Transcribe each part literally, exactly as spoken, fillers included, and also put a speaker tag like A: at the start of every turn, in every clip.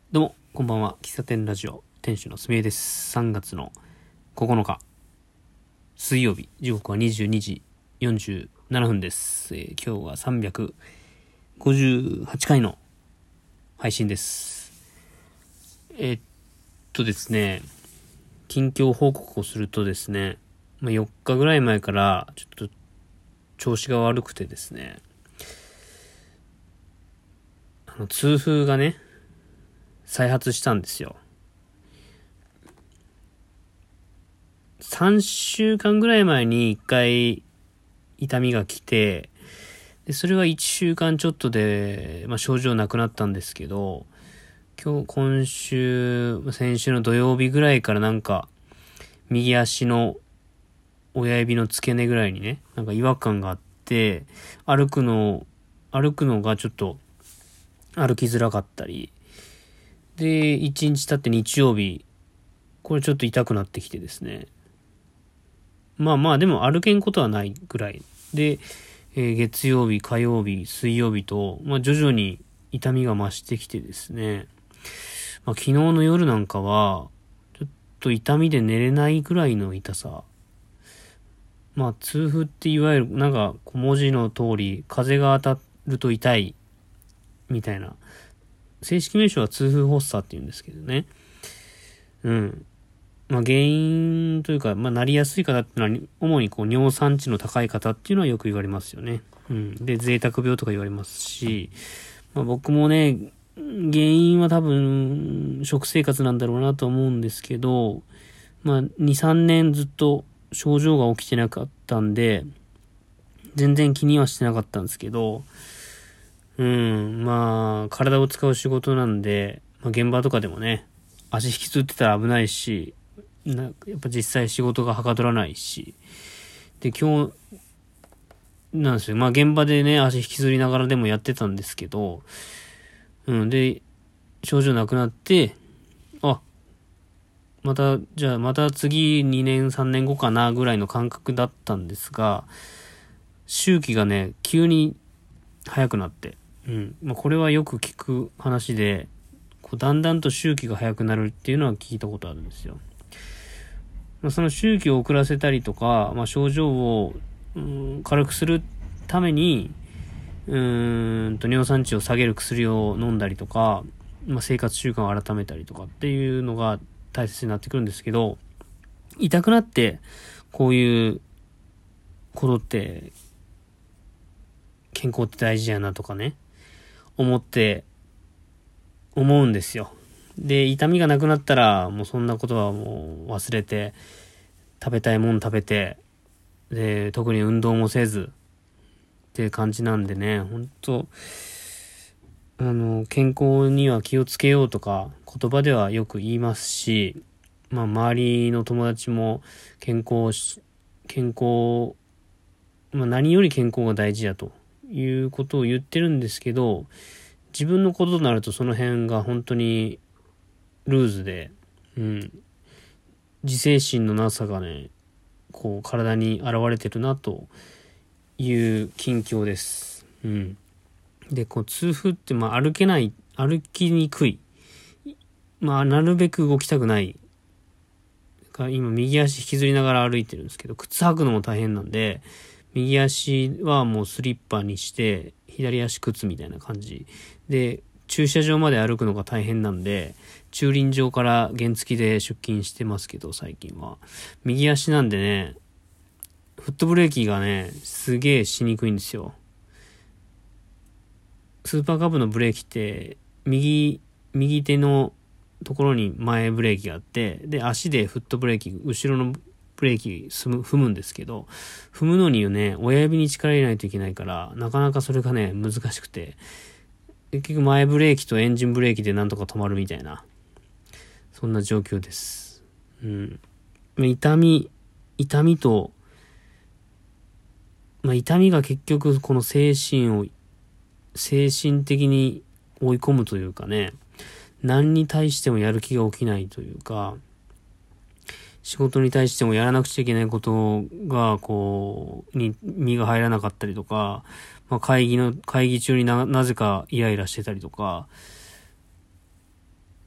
A: どうも、こんばんは。喫茶店ラジオ、店主のすみえです。さんがつのここのか、水曜日、時刻はにじゅうにじよんじゅうななふんです。えー今日はさんびゃくごじゅうはちかいの配信です。えーっとですね、近況報告をするとですね、まあ、よっかぐらい前からちょっと調子が悪くてですね、あの痛風がね、再発したんですよ。さんしゅうかんぐらい前にいっかい痛みが来て、でそれはいっしゅうかんちょっとで、まあ、症状なくなったんですけど、今日、今週、先週の土曜日ぐらいからなんか、右足の親指の付け根ぐらいにね、なんか違和感があって、歩くの、歩くのがちょっと歩きづらかったり、で、いちにち経って日曜日、これちょっと痛くなってきてですね。まあまあ、でも歩けんことはないぐらい。で、えー月曜日、火曜日、水曜日と、まあ徐々に痛みが増してきてですね。まあ昨日の夜なんかは、ちょっと痛みで寝れないぐらいの痛さ。まあ痛風っていわゆる、なんか文字の通り、風が当たると痛い、みたいな。正式名称は痛風発作って言うんですけどね。うん。まあ原因というか、まあなりやすい方っていうのは、主にこう尿酸値の高い方っていうのはよく言われますよね。うん。で、贅沢病とか言われますし、まあ僕もね、原因は多分、食生活なんだろうなと思うんですけど、まあに、さんねんずっと症状が起きてなかったんで、全然気にはしてなかったんですけど、うん、まあ、体を使う仕事なんで、まあ現場とかでもね、足引きずってたら危ないし、なやっぱ実際仕事がはかどらないし、で、今日、なんですよ。まあ現場でね、足引きずりながらでもやってたんですけど、うん、で、症状なくなって、あ、また、じゃあまた次にねんさんねんごかなぐらいの感覚だったんですが、周期がね、急に早くなって、うん。まあこれはよく聞く話で、こうだんだんと周期が早くなるっていうのは聞いたことあるんですよ。まあ、その周期を遅らせたりとか、まあ、症状を、うん、軽くするために、うーんと尿酸値を下げる薬を飲んだりとか、まあ、生活習慣を改めたりとかっていうのが大切になってくるんですけど、痛くなってこういうことって健康って大事やなとかね、思って思うんですよ。で、痛みがなくなったらもうそんなことはもう忘れて、食べたいもん食べて、で、特に運動もせずっていう感じなんでね、本当あの、健康には気をつけようとか言葉ではよく言いますし、まあ周りの友達も健康し、健康、まあ何より健康が大事だということを言ってるんですけど、自分のことになるとその辺が本当にルーズで、うん、自制心のなさがね、こう体に現れてるなという近況です。うん。で、こう痛風ってまあ歩けない、歩きにくい。まあなるべく動きたくない。今右足引きずりながら歩いてるんですけど、靴履くのも大変なんで、右足はもうスリッパにして、左足靴みたいな感じ。で、駐車場まで歩くのが大変なんで、駐輪場から原付で出勤してますけど、最近は。右足なんでね、フットブレーキがね、すげえしにくいんですよ。スーパーカブのブレーキって、右、右手のところに前ブレーキがあって、で、足でフットブレーキ、後ろのブレーキ踏む、踏むんですけど、踏むのにね、親指に力入れないといけないから、なかなかそれがね、難しくて、結局前ブレーキとエンジンブレーキでなんとか止まるみたいな、そんな状況です。うん。痛み、痛みと、まあ、痛みが結局この精神を、精神的に追い込むというかね、何に対してもやる気が起きないというか、仕事に対してもやらなくちゃいけないことが、こう、に身が入らなかったりとか、まあ、会議の、会議中にな、なぜかイライラしてたりとか、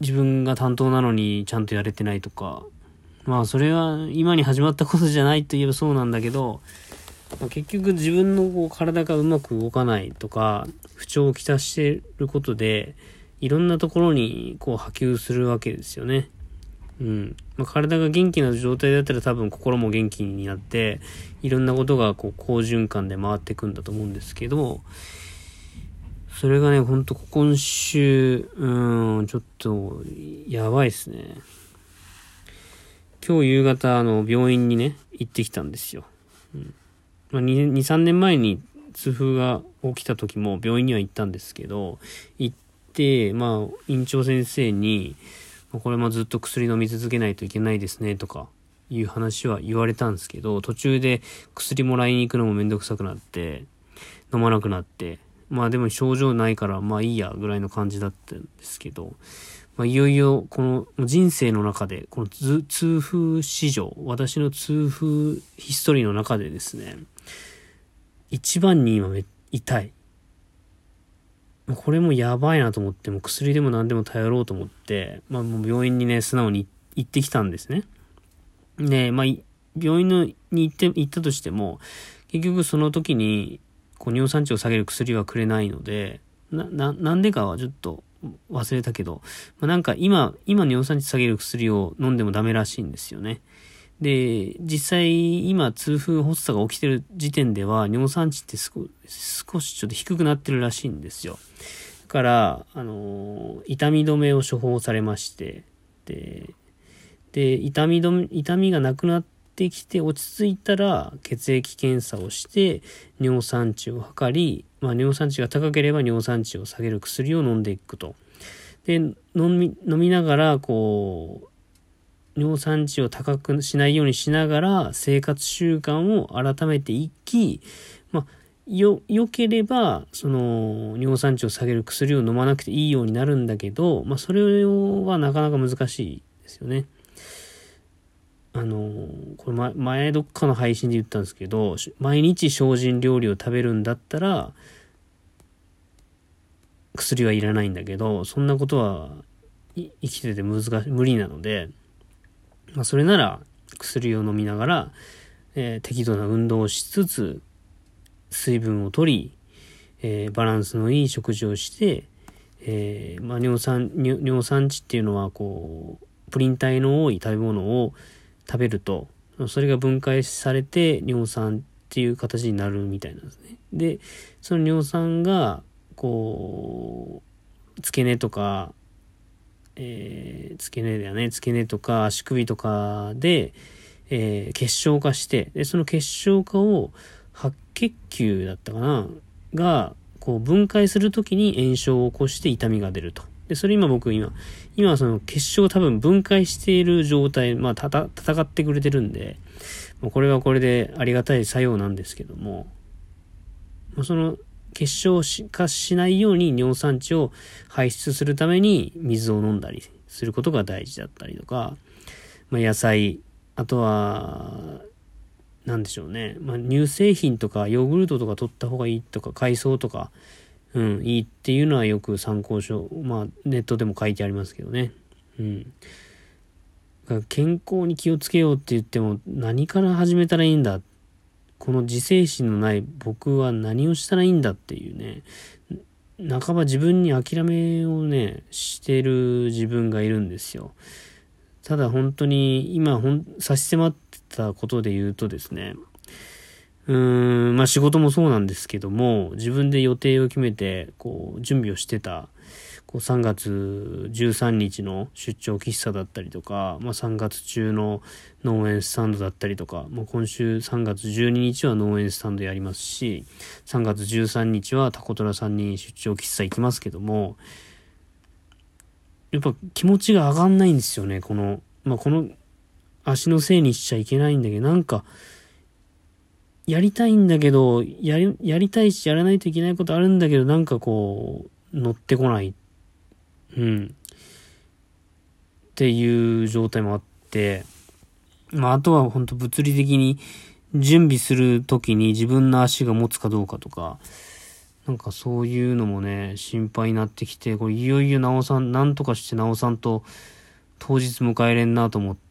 A: 自分が担当なのにちゃんとやれてないとか、まあそれは今に始まったことじゃないと言えばそうなんだけど、まあ、結局自分のこう体がうまく動かないとか不調をきたしていることでいろんなところにこう波及するわけですよね。うん。まあ、体が元気な状態だったら多分心も元気になっていろんなことがこう好循環で回っていくんだと思うんですけど、それがね、ほんと今週、うん、ちょっとやばいですね。今日夕方あの病院にね行ってきたんですよ。うん、まあ、に、さんねんまえに痛風が起きた時も病院には行ったんですけど、行ってまあ院長先生にこれもずっと薬飲み続けないといけないですねとかいう話は言われたんですけど、途中で薬もらいに行くのもめんどくさくなって飲まなくなって、まあでも症状ないからまあいいやぐらいの感じだったんですけど、まあ、いよいよこの人生の中でこの痛風史上、私の痛風ヒストリーの中でですね、一番に今痛い、これもやばいなと思って、もう薬でも何でも頼ろうと思って、まあもう病院にね素直に行ってきたんですね。で、まあ病院のに行って行ったとしても結局その時にこう尿酸値を下げる薬はくれないので、な、な、なんでかはちょっと忘れたけど、まあ、なんか今、今尿酸値下げる薬を飲んでもダメらしいんですよね。で、実際今痛風発作が起きてる時点では尿酸値って少しちょっと低くなってるらしいんですよ。だから、あのー、痛み止めを処方されまして、で、で、痛み止め、痛みがなくなってきて落ち着いたら血液検査をして尿酸値を測り、まあ、尿酸値が高ければ尿酸値を下げる薬を飲んでいくと。で、飲み、飲みながら、こう、尿酸値を高くしないようにしながら生活習慣を改めていき、まあ、よ、良ければ、その、尿酸値を下げる薬を飲まなくていいようになるんだけど、まあ、それはなかなか難しいですよね。あの、これ前、前どっかの配信で言ったんですけど、毎日精進料理を食べるんだったら、薬はいらないんだけど、そんなことは生きてて難しい、無理なので、まあそれなら薬を飲みながら、えー、適度な運動をしつつ、水分を取り、えー、バランスのいい食事をして、えー、まあ尿酸、尿酸値っていうのはこう、プリン体の多い食べ物を食べると、それが分解されて尿酸っていう形になるみたいなんですね。で、その尿酸が、こう付け根とか、えー、付け根だよね付け根とか足首とかで、えー、結晶化して、でその結晶化を白血球だったかながこう分解するときに炎症を起こして痛みが出ると。でそれ今僕今今その結晶を多分分解している状態、まあたた戦ってくれてるんで、もうこれはこれでありがたい作用なんですけども、その結晶化しないように尿酸値を排出するために水を飲んだりすることが大事だったりとか、まあ、野菜、あとはなんでしょうね、まあ、乳製品とかヨーグルトとか取った方がいいとか海藻とか、うん、いいっていうのはよく参考書、まあネットでも書いてありますけどね。うん。健康に気をつけようって言っても何から始めたらいいんだ、この自制心のない僕は何をしたらいいんだっていうね、半ば自分に諦めをねしてる自分がいるんですよ。ただ本当に今ほん差し迫ってたことで言うとですね、うーんまあ仕事もそうなんですけども、自分で予定を決めてこう準備をしてたこうさんがつじゅうさんにちの出張喫茶だったりとか、まあ、さんがつ中の農園スタンドだったりとか、まあ、今週さんがつじゅうににちは農園スタンドやりますし、さんがつじゅうさんにちはタコトラさんに出張喫茶行きますけども、やっぱ気持ちが上がんないんですよね。この、まあ、この足のせいにしちゃいけないんだけど、なんかやりたいんだけど、やり、やりたいしやらないといけないことあるんだけど、なんかこう乗ってこない、うん、っていう状態もあって、まああとは本当物理的に準備するときに自分の足が持つかどうかとか、 なんかそういうのもね、心配になってきて、これいよいよなおさん、なんとかしてなおさんと当日迎えれんなと思って、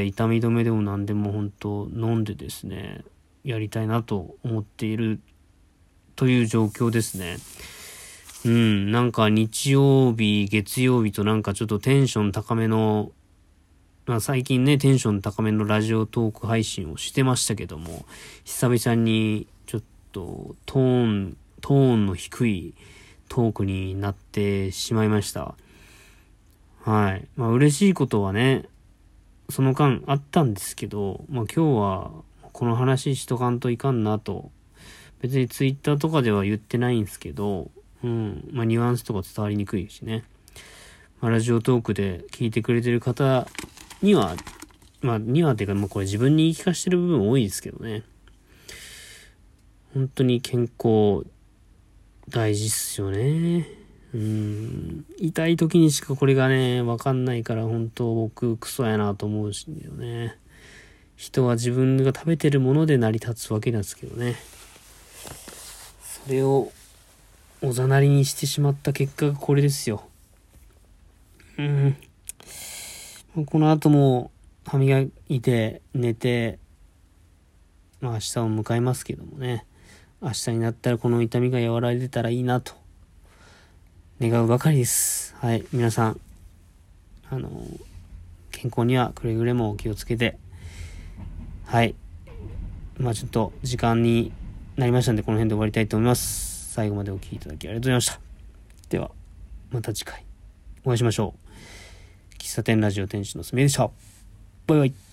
A: 痛み止めでも何でも本当飲んでですね、やりたいなと思っているという状況ですね。うん、なんか日曜日、月曜日となんかちょっとテンション高めの、まあ、最近ね、テンション高めのラジオトーク配信をしてましたけども、久々にちょっとトーン、トーンの低いトークになってしまいました。はい。まあ嬉しいことはね、その間あったんですけど、まあ今日はこの話しとかんといかんなと、別にツイッターとかでは言ってないんですけど、うん。まあ、ニュアンスとか伝わりにくいしね。まあ、ラジオトークで聞いてくれてる方には、まあ、にはっていうか、まあ、これ自分に言い聞かしてる部分多いですけどね。本当に健康、大事っすよね。うん。痛い時にしかこれがね、わかんないから、本当僕、クソやなと思うしよね。人は自分が食べてるもので成り立つわけなんですけどね。それを、おざなりにしてしまった結果がこれですよ。うん。この後も歯磨いて寝て、まあ明日を迎えますけどもね。明日になったらこの痛みが和らいでたらいいなと願うばかりです。はい。皆さん、あの、健康にはくれぐれも気をつけて、はい。まあちょっと時間になりましたんで、この辺で終わりたいと思います。最後までお聞きいただきありがとうございました。では、また次回お会いしましょう。喫茶店ラジオ店主のすみでした。バイバイ。